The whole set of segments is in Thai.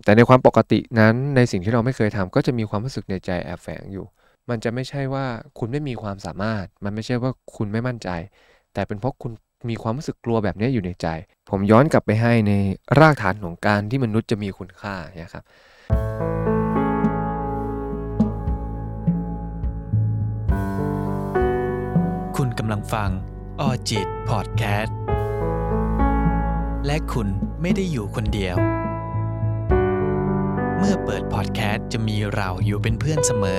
แต่ในความปกตินั้นในสิ่งที่เราไม่เคยทำก็จะมีความรู้สึกในใจแอบแฝงอยู่มันจะไม่ใช่ว่าคุณไม่มีความสามารถมันไม่ใช่ว่าคุณไม่มั่นใจแต่เป็นเพราะคุณมีความรู้สึกกลัวแบบนี้อยู่ในใจผมย้อนกลับไปให้ในรากฐานของการที่มนุษย์จะมีคุณค่านะครับคุณกำลังฟังออจิตพอดแคสต์และคุณไม่ได้อยู่คนเดียวเมื่อเปิดพอดแคสต์จะมีเราอยู่เป็นเพื่อนเสมอ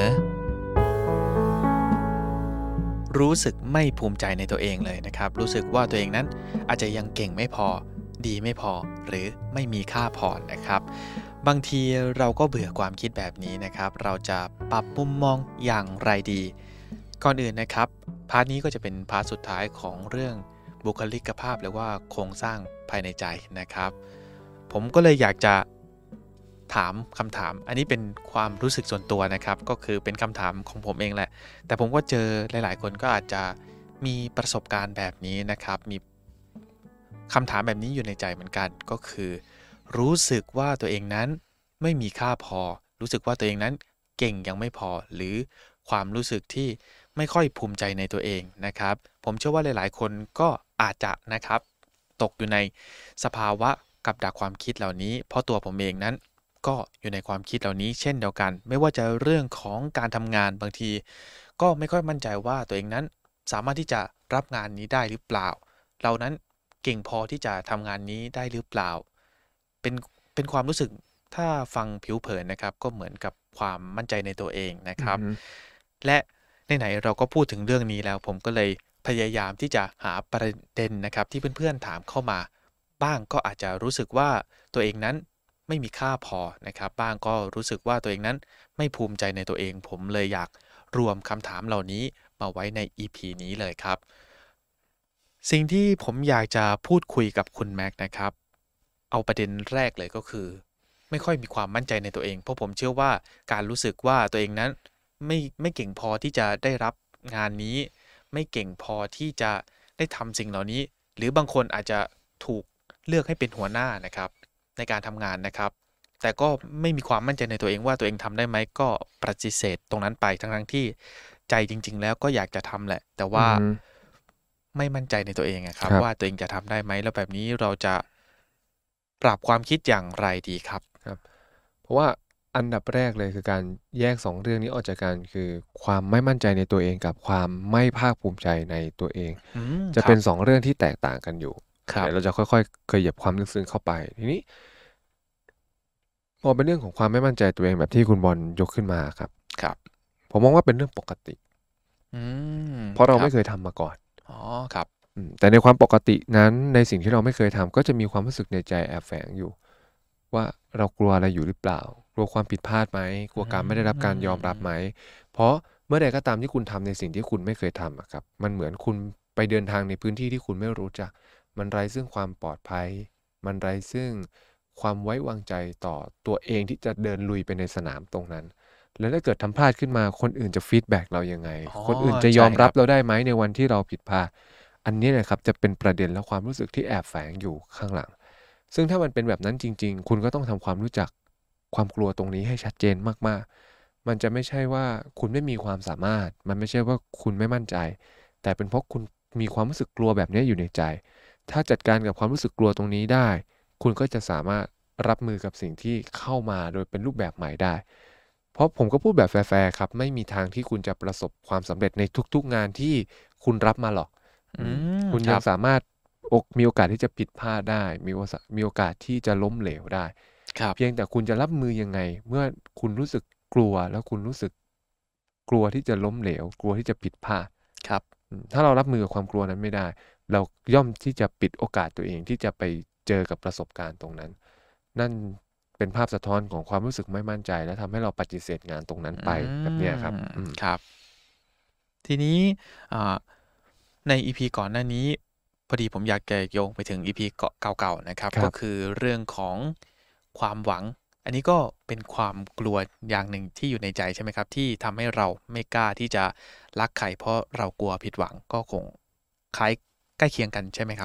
รู้สึกไม่ภูมิใจในตัวเองเลยนะครับรู้สึกว่าตัวเองนั้นอาจจะยังเก่งไม่พอดีไม่พอหรือไม่มีค่าพอนะครับบางทีเราก็เบื่อความคิดแบบนี้นะครับเราจะปรับมุมมองอย่างไรดีก่อนอื่นนะครับพาร์ทนี้ก็จะเป็นพาร์ทสุดท้ายของเรื่องบุคลิกภาพหรือว่าโครงสร้างภายในใจนะครับผมก็เลยอยากจะถามคำถามอันนี้เป็นความรู้สึกส่วนตัวนะครับก็คือเป็นคำถามของผมเองแหละแต่ผมก็เจอหลายๆคนก็อาจจะมีประสบการณ์แบบนี้นะครับมีคำถามแบบนี้อยู่ในใจเหมือนกันก็คือรู้สึกว่าตัวเองนั้นไม่มีค่าพอรู้สึกว่าตัวเองนั้นเก่งยังไม่พอหรือความรู้สึกที่ไม่ค่อยภูมิใจในตัวเองนะครับผมเชื่อว่าหลายๆคนก็อาจจะนะครับตกอยู่ในสภาวะกับดักความคิดเหล่านี้เพราะตัวผมเองนั้นก็อยู่ในความคิดเหล่านี้เช่นเดียวกันไม่ว่าจะเรื่องของการทำงานบางทีก็ไม่ค่อยมั่นใจว่าตัวเองนั้นสามารถที่จะรับงานนี้ได้หรือเปล่าเรานั้นเก่งพอที่จะทำงานนี้ได้หรือเปล่าเป็นเป็นความรู้สึกถ้าฟังผิวเผินนะครับก็เหมือนกับความมั่นใจในตัวเองนะครับและไหนๆเราก็พูดถึงเรื่องนี้แล้วผมก็เลยพยายามที่จะหาประเด็นนะครับที่เพื่อนๆถามเข้ามาบ้างก็อาจจะรู้สึกว่าตัวเองนั้นไม่มีค่าพอนะครับบ้างก็รู้สึกว่าตัวเองนั้นไม่ภูมิใจในตัวเองผมเลยอยากรวมคำถามเหล่านี้มาไว้ใน EP นี้เลยครับสิ่งที่ผมอยากจะพูดคุยกับคุณแม็กนะครับเอาประเด็นแรกเลยก็คือไม่ค่อยมีความมั่นใจในตัวเองเพราะผมเชื่อว่าการรู้สึกว่าตัวเองนั้นไม่เก่งพอที่จะได้รับงานนี้ไม่เก่งพอที่จะได้ทำสิ่งเหล่านี้หรือบางคนอาจจะถูกเลือกให้เป็นหัวหน้านะครับในการทำงานนะครับแต่ก็ไม่มีความมั่นใจในตัวเองว่าตัวเองทำได้ไหมก็ปฏิเสธตรงนั้นไปทั้งที่ใจจริงๆแล้วก็อยากจะทำแหละแต่ว่าไม่มั่นใจในตัวเองครับว่าตัวเองจะทำได้ไหมแล้วแบบนี้เราจะปรับความคิดอย่างไรดีครับเพราะว่าอันดับแรกเลยคือการแยก2เรื่องนี้ออกจากกันคือความไม่มั่นใจในตัวเองกับความไม่ภาคภูมิใจในตัวเองจะเป็น2เรื่องที่แตกต่างกันอยู่เดี๋ยวเราจะค่อยๆขยับความลึกซึ้งเข้าไปทีนี้พอเป็นเรื่องของความไม่มั่นใจตัวเองแบบที่คุณบอลยกขึ้นมาครับผมมองว่าเป็นเรื่องปกติเพราะเราไม่เคยทำมาก่อนครับแต่ในความปกตินั้นในสิ่งที่เราไม่เคยทำก็จะมีความรู้สึกในใจแอบแฝงอยู่ว่าเรากลัวอะไรอยู่หรือเปล่ากลัวความผิดพลาดไหมกลัวการไม่ได้รับการยอมรับไหมเพราะเมื่อใดก็ตามที่คุณทำในสิ่งที่คุณไม่เคยทำครับมันเหมือนคุณไปเดินทางในพื้นที่ที่คุณไม่รู้จักมันไร้ซึ่งความปลอดภัยมันไร้ซึ่งความไว้วางใจต่อตัวเองที่จะเดินลุยไปในสนามตรงนั้นแล้วถ้าเกิดทำพลาดขึ้นมาคนอื่นจะฟีดแบ็กเรายังไงคนอื่นจะยอมรับเราได้ไหมในวันที่เราผิดพลาดอันนี้นะครับจะเป็นประเด็นและความรู้สึกที่แอบแฝงอยู่ข้างหลังซึ่งถ้ามันเป็นแบบนั้นจริงๆคุณก็ต้องทำความรู้จักความกลัวตรงนี้ให้ชัดเจนมากๆมันจะไม่ใช่ว่าคุณไม่มีความสามารถมันไม่ใช่ว่าคุณไม่มั่นใจแต่เป็นเพราะคุณมีความรู้สึกกลัวแบบนี้อยู่ในใจถ้าจัดการกับความรู้สึกกลัวตรงนี้ได้คุณก็จะสามารถรับมือกับสิ่งที่เข้ามาโดยเป็นรูปแบบใหม่ได้เพราะผมก็พูดแบบแฟร์ๆครับไม่มีทางที่คุณจะประสบความสำเร็จในทุกๆงานที่คุณรับมาหรอกคุณยังสามารถมีโอกาสที่จะผิดพลาดได้มีโอกาสที่จะล้มเหลวได้เพียงแต่คุณจะรับมือยังไงเมื่อคุณรู้สึกกลัวแล้วคุณรู้สึกกลัวที่จะล้มเหลวกลัวที่จะผิดพลาดถ้าเรารับมือกับความกลัวนั้นไม่ได้เราย่อมที่จะปิดโอกาสตัวเองที่จะไปเจอกับประสบการณ์ตรงนั้นนั่นเป็นภาพสะท้อนของความรู้สึกไม่มั่นใจและทำให้เราปฏิเสธงานตรงนั้นไปแบบนี้ครับทีนี้ใน EP ก่อนหน้านี้พอดีผมอยากจะโยงไปถึง EP เก่าๆนะครับก็คือเรื่องของความหวังอันนี้ก็เป็นความกลัวอย่างหนึ่งที่อยู่ในใจใช่ไหมครับที่ทำให้เราไม่กล้าที่จะรักใครเพราะเรากลัวผิดหวังก็คงคล้ายใกล้เคียงกันใช่ไหมครับ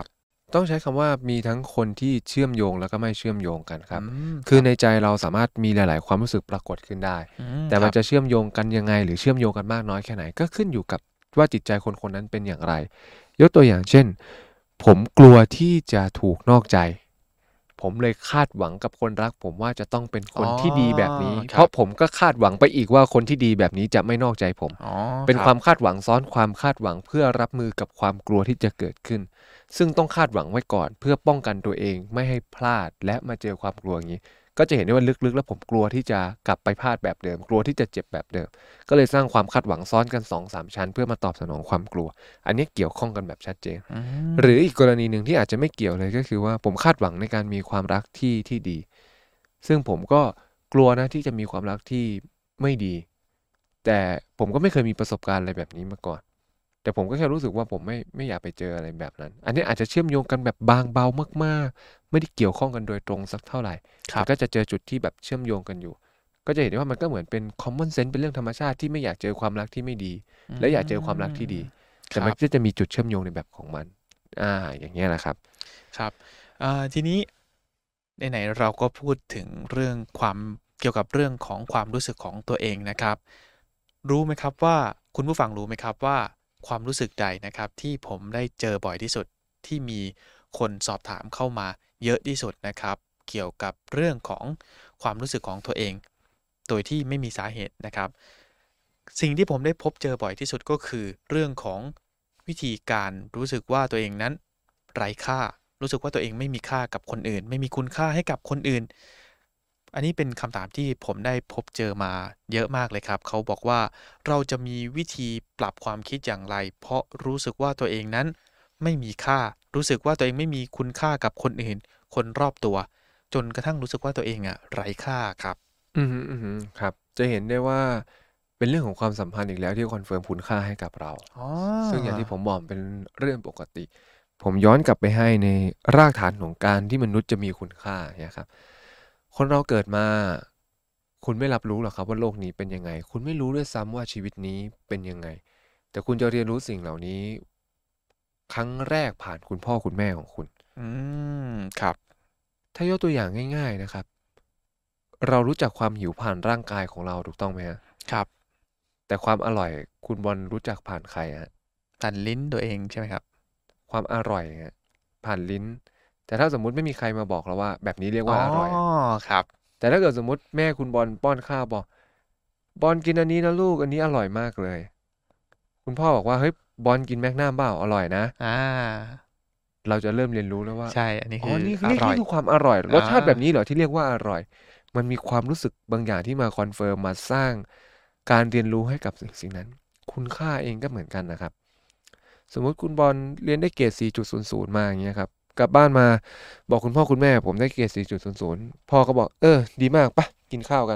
ต้องใช้คำว่ามีทั้งคนที่เชื่อมโยงแล้วก็ไม่เชื่อมโยงกันคอืรับมคือครับในใจเราสามารถมีหลาย ๆ ความรู้สึกปรากฏขึ้นได้ แต่คมัรันบจะเชื่อมโยงกันยังไง หรือเชื่อมโยงกันมากน้อยแค่ไหน ก็ขึ้นอยู่กับว่าจิตใจคน ๆ นั้นเป็นอย่างไร ยกตัวอย่างเช่น ผมกลัวที่จะถูกนอกใจ ผมเลยคาดหวังกับคนรักผมว่าจะต้องเป็นคอ๋อนที่ดีแบบนี้คเพรัราะบผมก็คาดหวังไปอีกว่าคนที่ดีแบบนี้จะไม่นอกใจผมอ๋อเป็นครับความคาดหวังซ้อนความคาดหวังเพื่อรับมือกับความกลัวที่จะเกิดขึ้น ซึ่งต้องคาดหวังไว้ก่อนเพื่อป้องกันตัวเองไม่ให้พลาด และมาเจอความกลัวอย่างงี้ ก็จะเห็นได้ว่าลึก ๆ แล้วผมกลัวที่จะกลับไปพลาดแบบเดิม กลัวที่จะเจ็บแบบเดิม ก็เลยสร้างความคาดหวังซ้อนกัน 2-3 ชั้น เพื่อมาตอบสนองความกลัว อันนี้เกี่ยวข้องกันแบบชัดเจนอืหรือมอีกกรณีหนึ่งที่อาจจะไม่เกี่ยวเลย ก็คือว่าผมคาดหวังในการมีความรักที่ดี ซึ่งผมก็กลัวนะที่จะมีความรักที่ไม่ดี แต่ผมก็ไม่เคยมีประสบการณ์อะไรแบบนี้มาก่อน แต่ผมก็แค่รู้สึกว่าผมไม่อยากไปเจออะไรแบบนั้น อันนี้อาจจะเชื่อมโยงกันแบบบางเบามาก ๆ ไม่ได้เกี่ยวข้องกันโดยตรงสักเท่าไรครัแต่บก็จะเจอจุดที่แบบเชื่อมโยงกันอยู่ ก็จะเห็นได้ว่ามันก็เหมือนเป็น common sense เป็นเรื่องธรรมชาติที่ไม่อยากเจอความรักที่ไม่ดีอืและอยากเจอความรักที่ดีมแต่คมัรันบก็จะมีจุดเชื่อมโยงในแบบของมัน อย่างเงี้ยแหละครับครับ ทีนี้ ไหน ๆ เราก็พูดถึงเรื่องความ เกี่ยวกับเรื่องของความรู้สึกของตัวเองนะครับ รู้ไหมครับว่า คุณผู้ฟังรู้ไหมครับว่า ความรู้สึกใดนะครับที่ผมได้เจอบ่อยที่สุด ที่มีคนสอบถามเข้ามาเยอะที่สุดนะครับ เกี่ยวกับเรื่องของความรู้สึกของตัวเอง โดยที่ไม่มีสาเหตุนะครับ สิ่งที่ผมได้พบเจอบ่อยที่สุด ก็คือเรื่องของวิธีการรู้สึกว่าตัวเองนั้นไร้ค่า รู้สึกว่าตัวเองไม่มีค่ากับคนอื่น ไม่มีคุณค่าให้กับคนอื่น อันนี้เป็นคำถามที่ผมได้พบเจอมาเยอะมากเลยครับ เขาบอกว่า เราจะมีวิธีปรับความคิดอย่างไร เพราะรู้สึกว่าตัวเองนั้นไม่มีค่า รู้สึกว่าตัวเองไม่มีคุณค่ากับคนอื่น คนรอบตัว จนกระทั่งรู้สึกว่าตัวเองอะไร้ค่าครับอือฮึ ๆ ครับ จะเห็นได้ว่าเป็นเรื่องของความสัมพันธ์อีกแล้วที่คอนเฟิร์มคุณค่าให้กับเราอ๋อซึ่งอย่างที่ผมบอกมันเป็นเรื่องปกติ ผมย้อนกลับไปให้ในรากฐานของการที่มนุษย์จะมีคุณค่า เงี้ยครับ คนเราเกิดมา คุณไม่รับรู้หรอกครับว่าโลกนี้เป็นยังไง คุณไม่รู้ด้วยซ้ำว่าชีวิตนี้เป็นยังไง แต่คุณจะเรียนรู้สิ่งเหล่านี้ ครั้งแรกผ่านคุณพ่อคุณแม่ของคุณอืม ครับถ้ายกตัวอย่างง่าย ๆ นะครับ เรารู้จักความหิวผ่านร่างกายของเรา ถูกต้องไหมครับ? ครับแต่ความอร่อยคุณบอลรู้จักผ่านใครครับ? ผ่านลิ้นตัวเองใช่ไหมครับ? ความอร่อยอะผ่านลิ้น แต่ถ้าสมมุติไม่มีใครมาบอกเราว่า แบบนี้เรียกอ๋ว่าออร่อยอะครับแต่ถ้าเกิดสมมุติแม่คุณบอลป้อนข้าวบอก "บอลกินอันนี้นะลูก อันนี้อร่อยมากเลย" คุณพ่อบอกว่า "เฮ้ย บอลกินแมกนัมเปล่า? อร่อยนะ" อาเราจะเริ่มเรียนรู้แล้วว่าใช่ อันนี้คอ๋อือนี่อนี่ร่นี่อยคือความอร่อย รสชาติแบบอานี้เหรอที่เรียกว่าอร่อย มันมีความรู้สึกบางอย่างที่มาคอนเฟิร์ม มาสร้างการเรียนรู้ให้กับสิ่ง ๆ นั้น คุณค่าเองก็เหมือนกันนะครับ สมมุติคุณบอลเรียนได้เกรด 4.00 มา อย่างเงี้ยครับ กลับบ้านมาบอกคุณพ่อคุณแม่ ผมได้เกรด 4.00 พ่อก็บอก "เออ ดีมาก ไป กินข้าวกัน"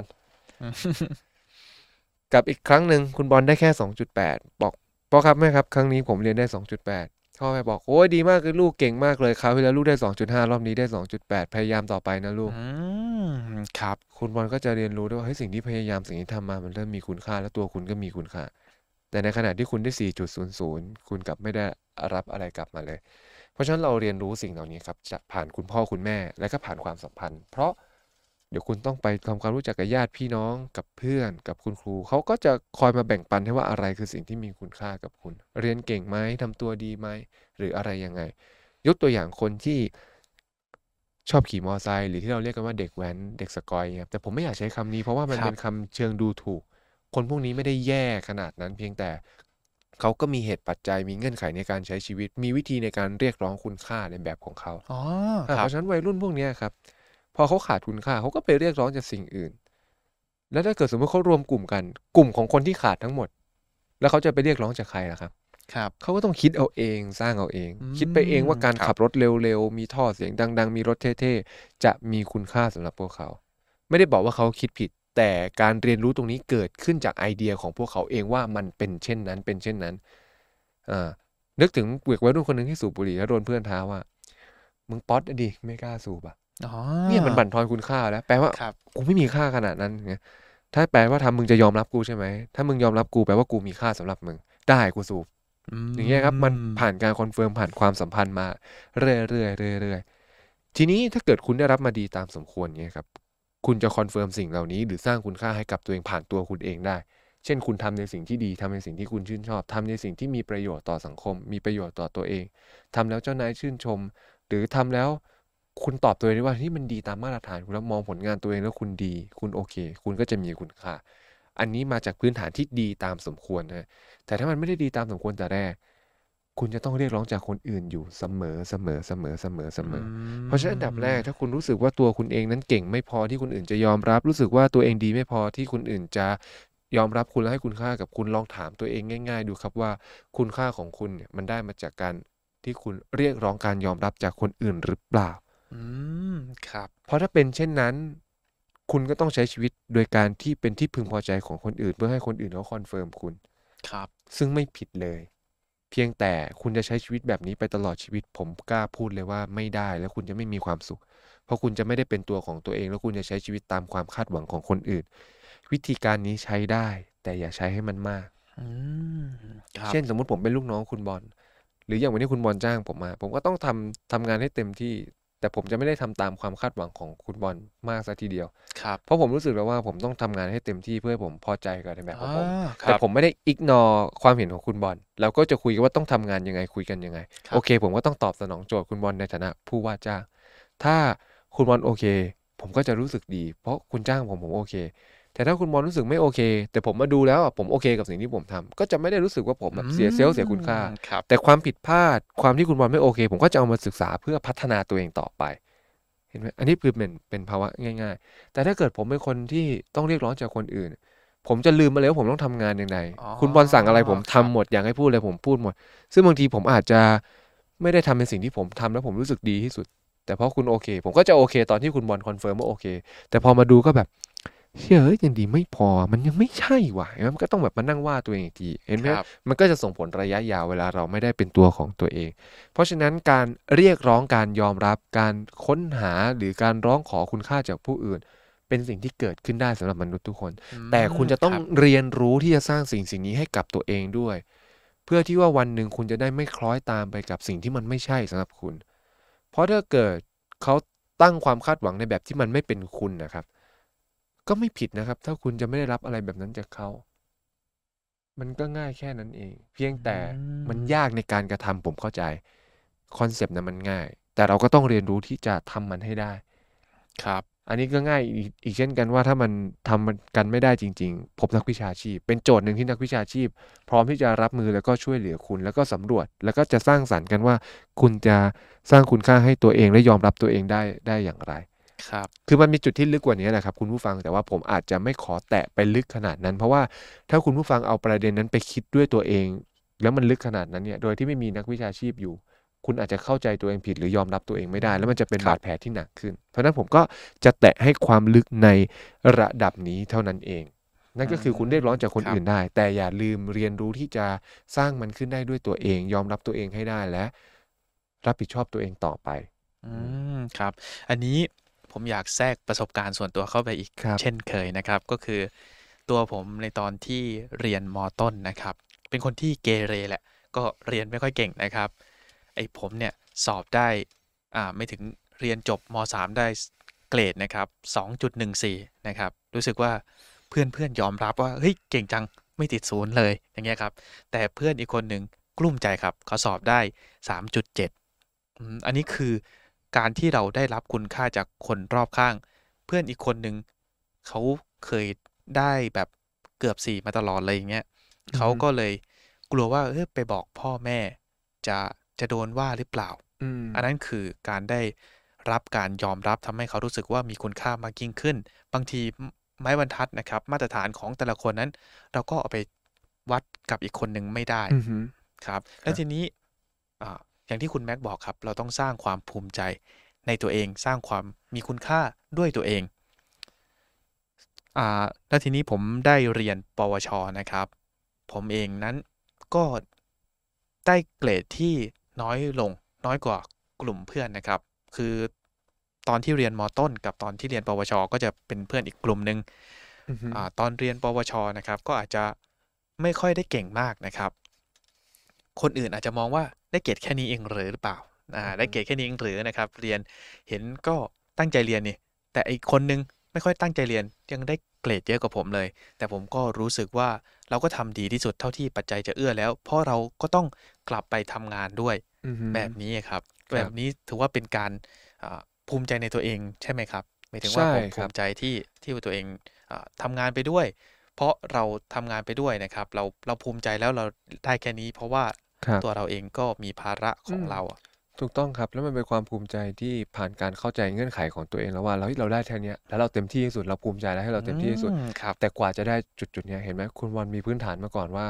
กับอีกครั้งหนึ่งคุณบอลได้แค่ 2.8 บอก "พ่อครับ แม่ครับ ครั้งนี้ผมเรียนได้ 2.8" พ่อแม่บอก "โอ๊ย ดีมากเลยลูก เก่งมากเลย คราวที่แล้วลูกได้ 2.5 รอบนี้ได้ 2.8 พยายามต่อไปนะลูก" อืม ครับคุณบอลก็จะเรียนรู้ด้วยว่า เฮ้ย สิ่งที่พยายาม สิ่งที่ทำมามันเริ่มมีคุณค่า และตัวคุณก็มีคุณค่า แต่ในขณะที่คุณได้ 4.00 คุณกลับไม่ได้รับอะไรกลับมาเลย เพราะฉะนั้นเราเรียนรู้สิ่งเหล่านี้ครับ จากผ่านคุณพ่อคุณแม่ และก็ผ่านความสัมพันธ์ เพราะเดี๋ยวคุณต้องไปทำความรู้จักกับญาติพี่น้อง กับเพื่อน กับคุณครู เขาก็จะคอยมาแบ่งปันให้ว่า อะไรคือสิ่งที่มีคุณค่ากับคุณ เรียนเก่งไหม ทำตัวดีไหม หรืออะไรยังไง ยกตัวอย่างคนที่ชอบขี่มอไซค์ หรือที่เราเรียกกันว่าเด็กแว้น เด็กสกอย เงี้ย แต่ผมไม่อยากใช้คำนี้ เพราะว่ามันครเับป็นคำเชิงดูถูก คนพวกนี้ไม่ได้แย่ขนาดนั้น เพียงแต่เขาก็มีเหตุปัจจัย มีเงื่อนไขในการใช้ชีวิต มีวิธีในการเรียกร้องคุณค่าในแบบของเขาอ๋อเพครัราบะฉะนั้นวัยรุ่นพวกเนี้ยครับ พอเขาขาดคุณค่า เขาก็ไปเรียกร้องจากสิ่งอื่น แล้วถ้าเกิดสมมุติเขารวมกลุ่มกัน กลุ่มของคนที่ขาดทั้งหมด แล้วเขาจะไปเรียกร้องจากใครล่ะครับ? ครับเขาก็ต้องคิดเอาเอง สร้างเอาเองอืคิดไปเองว่าการม ครัขับบรถเร็ว ๆ มีท่อเสียงดัง ๆ มีรถเท่ ๆ จะมีคุณค่าสำหรับพวกเขา ไม่ได้บอกว่าเขาคิดผิด แต่การเรียนรู้ตรงนี้เกิดขึ้นจากไอเดียของพวกเขาเองว่า มันเป็นเช่นนั้น เป็นเช่นนั้น นึกถึงเด็กวัยรุ่นคนหนึ่งที่สูบบุหรี่ แล้วโดนเพื่อนท้าว่า "มึงป๊อดอะดิ ไม่กล้าสูบอะ" อ๋อเนี่ยมันบั่นทอนคุณค่าแล้ว แปลว่าครับกูไม่มีค่าขนาดนั้น อย่างเงี้ย ถ้าแปลว่า ถ้ามึงจะยอมรับกูใช่ไหม ถ้ามึงยอมรับกู แปลว่ากูมีค่าสำหรับมึง ได้ กูสูบอย่างเงี้ยครับมันมผ่านการคอนเฟิร์มผ่านความสัมพันธ์มาเรื่อยๆเรื่อยๆทีนี้ถ้าเกิดคุณได้รับมาดีตามสมควรเงี้ยครับคุณจะคอนเฟิร์มสิ่งเหล่านี้หรือสร้างคุณค่าให้กับตัวเองผ่านตัวคุณเองได้เช่นคุณทำในสิ่งที่ดีทำในสิ่งที่คุณชื่นชอบทำในสิ่งที่มีประโยชน์ต่อสังคมมีประโยชน์ต่อตัวเองทำแล้วเจ้านายชื่นชมหรือทำแล้วคุณตอบตัวเองได้ว่าที่มันดีตามมาตรฐานคุณแล้วมองผลงานตัวเองแล้วคุณดีคุณโอเคคุณก็จะมีคุณค่าอันนี้มาจากพื้นฐานที่ดีตามสมควรนะ แต่ถ้ามันไม่ได้ดีตามสมควรแต่แรกคุณจะต้องเรียกร้องจากคนอื่นอยู่เสมอเสมอเสมอเสมอเสอืมอเพราะฉะนั้นอันดับแรกถ้ามคุณรู้สึกว่าตัวคุณเองนั้นเก่งไม่พอที่คนอื่นจะยอมรับรู้สึกว่าตัวเองดีไม่พอที่คนอื่นจะยอมรับคุณและให้คุณค่ากับคุณลองถามตัวเองง่ายๆดูครับว่าคุณค่าของคุณเนี่ยมันได้มาจากการที่คุณเรียกร้องการยอมรับจากคนอื่นหรือเปล่าอืมครับเพราะถ้าเป็นเช่นนั้นคุณก็ต้องใช้ชีวิตโดยการที่เป็นที่พึงพอใจของคนอื่นเพื่อให้คนอื่นเขาคอนเฟิร์มคุณครับซึ่งไม่ผิดเลย เพียงแต่คุณจะใช้ชีวิตแบบนี้ไปตลอดชีวิตผมกล้าพูดเลยว่าไม่ได้แล้วคุณจะไม่มีความสุขเพราะคุณจะไม่ได้เป็นตัวของตัวเองแล้วคุณจะใช้ชีวิตตามความคาดหวังของคนอื่นวิธีการนี้ใช้ได้แต่อย่าใช้ให้มันมากอืมครับเช่นสมมุติผมเป็นลูกน้องคุณบอลหรืออย่างวันนี้คุณบอลจ้างผมมาผมก็ต้องทำงานให้เต็มที่แต่ผมจะไม่ได้ทำตามความคาดหวังของคุณบอลมากซะทีเดียวครับเพราะผมรู้สึกแล้วว่าผมต้องทำงานให้เต็มที่เพื่อให้ผมพอใจกับในแบบของอาผมครับแต่ผมไม่ได้ ignore ความเห็นของคุณบอลเราก็จะคุยกันว่าต้องทำงานยังไงคุยกันยังไงครับโอเคผมก็ต้องตอบสนองโจทย์คุณบอลในฐานะผู้ว่าจ้างถ้าคุณบอลโอเคผมก็จะรู้สึกดีเพราะคุณจ้างผมโอเคแต่ถ้าคุณบอลรู้สึกไม่โอเคแต่ผมมาดูแล้วอะผมโอเคกับสิ่งที่ผมทำก็จะไม่ได้รู้สึกว่าผมอืแบบเสีย self เสียคุณค่าครับแต่ความผิดพลาดความที่คุณบอลไม่โอเคผมก็จะเอามาศึกษาเพื่อพัฒนาตัวเองต่อไปเห็นไหมอันนี้คือเป็นภาวะง่ายๆแต่ถ้าเกิดผมเป็นคนที่ต้องเรียกร้องจากคนอื่น ผมจะลืมไปเลยว่าผมต้องทำงานยังไงอ๋อคุณบอลสั่งอะไรผมครับทำหมดอยากให้พูดอะไรผมพูดหมดซึ่งบางทีผมอาจจะไม่ได้ทำในสิ่งที่ผมทำแล้วผมรู้สึกดีที่สุดแต่เพราะคุณโอเคผมก็จะโอเคตอนที่คุณบอลคอนเฟิร์มว่าโอเคแต่พอมาดูก็แบบเชื่อเฮ้ยยังดีไม่พอมันยังไม่ใช่ว่ะเห็นไหมมันก็ต้องแบบมานั่งว่าตัวเองอีกทีเห็นไหมครับมันก็จะส่งผลระยะยาวเวลาเราไม่ได้เป็นตัวของตัวเองเพราะฉะนั้นการเรียกร้องการยอมรับการค้นหาหรือการร้องขอคุณค่าจากผู้อื่นเป็นสิ่งที่เกิดขึ้นได้สำหรับมนุษย์ทุกคนอืแต่คุณจะต้องครับเรียนรู้ที่จะสร้างสิ่งนี้ให้กับตัวเองด้วยเพื่อที่ว่าวันหนึ่งคุณจะได้ไม่คล้อยตามไปกับสิ่งที่มันไม่ใช่สำหรับคุณเพราะถ้าเกิดเขาตั้งความคาดหวังในแบบที่มันไม่เป็นคุณนะครับก็ไม่ผิดนะครับถ้าคุณจะไม่ได้รับอะไรแบบนั้นจากเขามันก็ง่ายแค่นั้นเองเพียงอืแต่มันมยากในการกระทำผมเข้าใจคอนเซปต์นั้นมันง่ายแต่เราก็ต้องเรียนรู้ที่จะทำมันให้ได้ครับอันนี้ก็ง่ายอีกเช่นกันว่าถ้ามันทำมันกันไม่ได้จริงๆพบนักวิชาชีพเป็นโจทย์หนึ่งที่นักวิชาชีพพร้อมที่จะรับมือแล้วก็ช่วยเหลือคุณแล้วก็สำรวจแล้วก็จะสร้างสรรค์กันว่าคุณจะสร้างคุณค่าให้ตัวเองและยอมรับตัวเองได้อย่างไรครับคือมันมีจุดที่ลึกกว่านี้แหละครับคุณผู้ฟังแต่ว่าผมอาจจะไม่ขอแตะไปลึกขนาดนั้นเพราะว่าถ้าคุณผู้ฟังเอาประเด็นนั้นไปคิดด้วยตัวเองแล้วมันลึกขนาดนั้นเนี่ยโดยที่ไม่มีนักวิชาชีพอยู่ คุณอาจจะเข้าใจตัวเองผิดหรือยอมรับตัวเองไม่ได้แล้วมันจะเป็นครับบาดแผลที่หนักขึ้นเพราะฉะนั้นผมก็จะแตะให้ความลึกในระดับนี้เท่านั้นเองนั่นอืก็คือคุณเรียกร้องจากคมครับนอื่นได้แต่อย่าลืมเรียนรู้ที่จะสร้างมันขึ้นได้ด้วยตัวเองยอมรับตัวเองให้ได้และรับผิดชอบตัวเองต่อไปอือืมครับอันนี้ผมอยากแทรกประสบการณ์ส่วนตัวเข้าไปอีกครับเช่นเคยนะครับก็คือตัวผมในตอนที่เรียนมต้นนะครับเป็นคนที่เกเรแหละก็เรียนไม่ค่อยเก่งนะครับไอ้ผมเนี่ยสอบได้ไม่ถึงเรียนจบม3ได้เกรดนะครับ2.14นะครับรู้สึกว่าเพื่อนๆยอมรับว่าเฮ้ยเก่งจังไม่ติดศูนย์เลยอย่างเงี้ยครับแต่เพื่อนอีกคนหนึ่งกลุ้มใจครับเขาสอบได้3.7 อันนี้คือการที่เราได้รับคุณค่าจากคนรอบข้างเพื่อนอีกคนหนึ่งเขาเคยได้แบบเกือบ4มาตลอดเลยอย่างเงี้ยอือฮึเขาก็เลยกลัวว่าไปบอกพ่อแม่จะจะโดนว่าหรือเปล่าอืมอันนั้นคือการได้รับการยอมรับทำให้เขารู้สึกว่ามีคุณค่ามากยิ่งขึ้นบางทีไม้บรรทัดนะครับมาตรฐานของแต่ละคนนั้นเราก็เอาไปวัดกับอีกคนหนึ่งไม่ได้อือฮึครับครับแล้วทีนี้ อ่าอย่างที่คุณแม็กบอกครับเราต้องสร้างความภูมิใจในตัวเองสร้างความมีคุณค่าด้วยตัวเองแล้วทีนี้ผมได้เรียนปวชนะครับผมเองนั้นก็ได้เกรดที่น้อยลงน้อยกว่ากลุ่มเพื่อนนะครับคือตอนที่เรียนมต้นกับตอนที่เรียนปวชก็จะเป็นเพื่อนอีกกลุ่มหนึ่งอือฮึตอนเรียนปวชนะครับก็อาจจะไม่ค่อยได้เก่งมากนะครับคนอื่นอาจจะมองว่าได้เกรดแค่นี้เองหรือเปล่าได้เกรดแค่นี้เองหรือนะครับเรียนเห็นก็ตั้งใจเรียนนี่แต่อีกคนนึงไม่ค่อยตั้งใจเรียนยังได้เกรดเยอะกว่าผมเลยแต่ผมก็รู้สึกว่าเราก็ทำดีที่สุดเท่าที่ปัจจัยจะเอื้อแล้วเพราะเราก็ต้องกลับไปทำงานด้วยแบบนี้ครับแบบนี้ถือว่าเป็นการภูมิใจในตัวเองใช่ไหมครับหมายถึงว่าผมภูมิใจที่ตัวเองทำงานไปด้วยเพราะเราทำงานไปด้วยนะครับเราภูมิใจแล้วเราได้แค่นี้เพราะว่าตัวเราเองก็มีภาระของเราถูกต้องครับแล้วมันเป็นความภูมิใจที่ผ่านการเข้าใจเงื่อนไขของตัวเองแล้วว่าเราได้แค่นี้แล้วเราเต็มที่ที่สุดเราภูมิใจแล้วให้เราเต็มที่ที่สุดแต่กว่าจะได้จุดนี้เห็นไหมคุณวันมีพื้นฐานมาก่อนว่า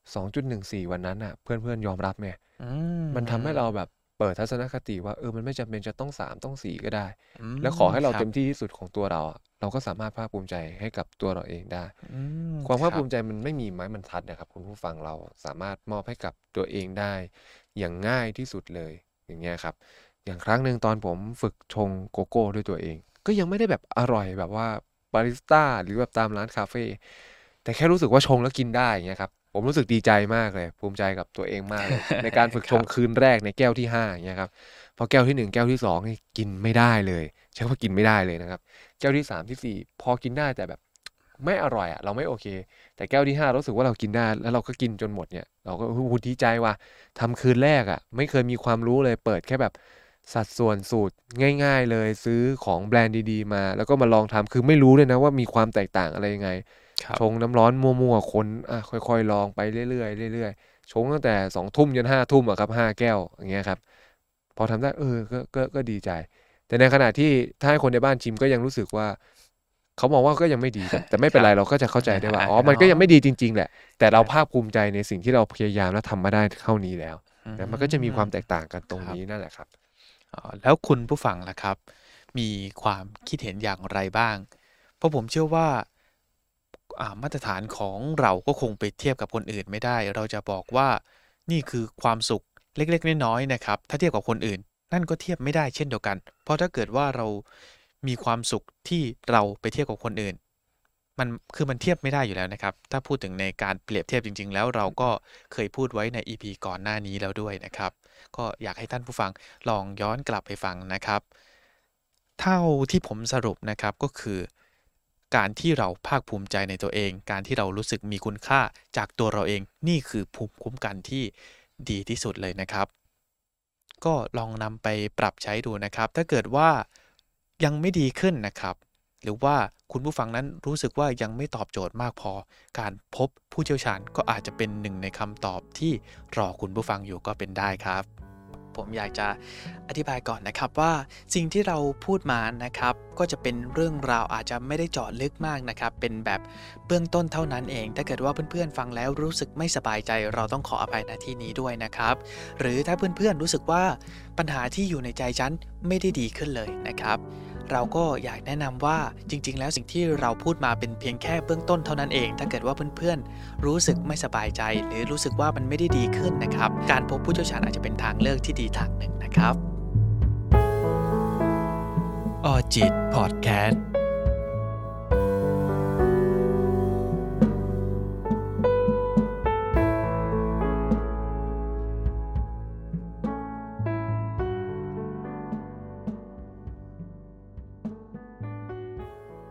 2.14 วันนั้นน่ะเพื่อนๆยอมรับไหมมันทำให้เราแบบเปิดทัศนคติว่ามันไม่จำเป็นจะต้อง3ต้อง4ก็ได้แล้วขอให้เราเต็มที่ที่สุดของตัวเราเราก็สามารถภาคภูมิใจให้กับตัวเราเองได้ความภาคภูมิใจมันไม่มีไม้บรรทัดนะครับคุณผู้ฟังเราสามารถมอบให้กับตัวเองได้อย่างง่ายที่สุดเลยอย่างเงี้ยครับอย่างครั้งหนึ่งตอนผมฝึกชงโกโก้ด้วยตัวเองก็ยังไม่ได้แบบอร่อยแบบว่าบาริสต้าหรือแบบตามร้านคาเฟ่แต่แค่รู้สึกว่าชงแล้วกินได้อย่างเงี้ยครับผมรู้สึกดีใจมากเลยภูมิใจกับตัวเองมากเลย ในการฝึกชงคืนแรกในแก้วที่5อย่างเงี้ยครับพอแก้วที่1แก้วที่2นี่กินไม่ได้เลยใช้คำว่ากินไม่ได้เลยนะครับแก้วที่3ที่4พอกินได้แต่แบบไม่อร่อยเราไม่โอเคแต่แก้วที่5รู้สึกว่าเรากินได้แล้วเราก็กินจนหมดเนี่ยเราก็ดีใจว่ะทำคืนแรกไม่เคยมีความรู้เลยเปิดแค่แบบสัดส่วนสูตรง่ายๆเลยซื้อของแบรนด์ดีๆมาแล้วก็มาลองทำคือไม่รู้เลยนะว่ามีความแตกต่างอะไรยังไงชงน้ำร้อนมั่วๆคนค่อยๆลองไปเรื่อยๆเรื่อยๆชงตั้งแต่20:00 นยัน5 ทุ่มครับ5 แก้วอย่างเงี้ยครับพอทำได้ก็ดีใจแต่ในขณะที่ถ้าให้คนในบ้านชิมก็ยังรู้สึกว่าเขามองว่าก็ยังไม่ดีแต่ไม่เป็นไรเราก็จะเข้าใจได้ว่ามันก็ยังไม่ดีจริงๆแหละแต่เราภาคภูมิใจในสิ่งที่เราพยายามและทำมาได้เท่านี้แล้วนะมันก็จะมีความแตกต่างกันตรงนี้นั่นแหละครับแล้วคุณผู้ฟังล่ะครับมีความคิดเห็นอย่างไรบ้างเพราะผมเชื่อว่ามาตรฐานของเราก็คงไปเทียบกับคนอื่นไม่ได้เราจะบอกว่านี่คือความสุขเล็กๆน้อยๆนะครับถ้าเทียบกับคนอื่นนั่นก็เทียบไม่ได้เช่นเดียวกันเพราะถ้าเกิดว่าเรามีความสุขที่เราไปเทียบกับคนอื่นมันเทียบไม่ได้อยู่แล้วนะครับถ้าพูดถึงในการเปรียบเทียบจริงๆแล้วเราก็เคยพูดไว้ใน EP ก่อนหน้านี้แล้วด้วยนะครับก็อยากให้ท่านผู้ฟังลองย้อนกลับไปฟังนะครับเท่าที่ผมสรุปนะครับก็คือการที่เราภาคภูมิใจในตัวเองการที่เรารู้สึกมีคุณค่าจากตัวเราเองนี่คือภูมิคุ้มกันที่ดีที่สุดเลยนะครับก็ลองนำไปปรับใช้ดูนะครับถ้าเกิดว่ายังไม่ดีขึ้นนะครับหรือว่าคุณผู้ฟังนั้นรู้สึกว่ายังไม่ตอบโจทย์มากพอการพบผู้เชี่ยวชาญก็อาจจะเป็นหนึ่งในคำตอบที่รอคุณผู้ฟังอยู่ก็เป็นได้ครับผมอยากจะอธิบายก่อนนะครับว่าสิ่งที่เราพูดมานะครับก็จะเป็นเรื่องราวอาจจะไม่ได้เจาะลึกมากนะครับเป็นแบบเบื้องต้นเท่านั้นเองถ้าเกิดว่าเพื่อนๆฟังแล้วรู้สึกไม่สบายใจเราต้องขออภัยณที่นี้ด้วยนะครับหรือถ้าเพื่อนๆรู้สึกว่าปัญหาที่อยู่ในใจฉันไม่ได้ดีขึ้นเลยนะครับเราก็อยากแนะนำว่าจริงๆแล้วสิ่งที่เราพูดมาเป็นเพียงแค่เบื้องต้นเท่านั้นเองถ้าเกิดว่าเพื่อนๆรู้สึกไม่สบายใจหรือรู้สึกว่ามันไม่ได้ดีขึ้นนะครับการพบผู้เชี่ยวชาญอาจจะเป็นทางเลือกที่ดีทางหนึ่งนะครับออจิตพอดแคสต์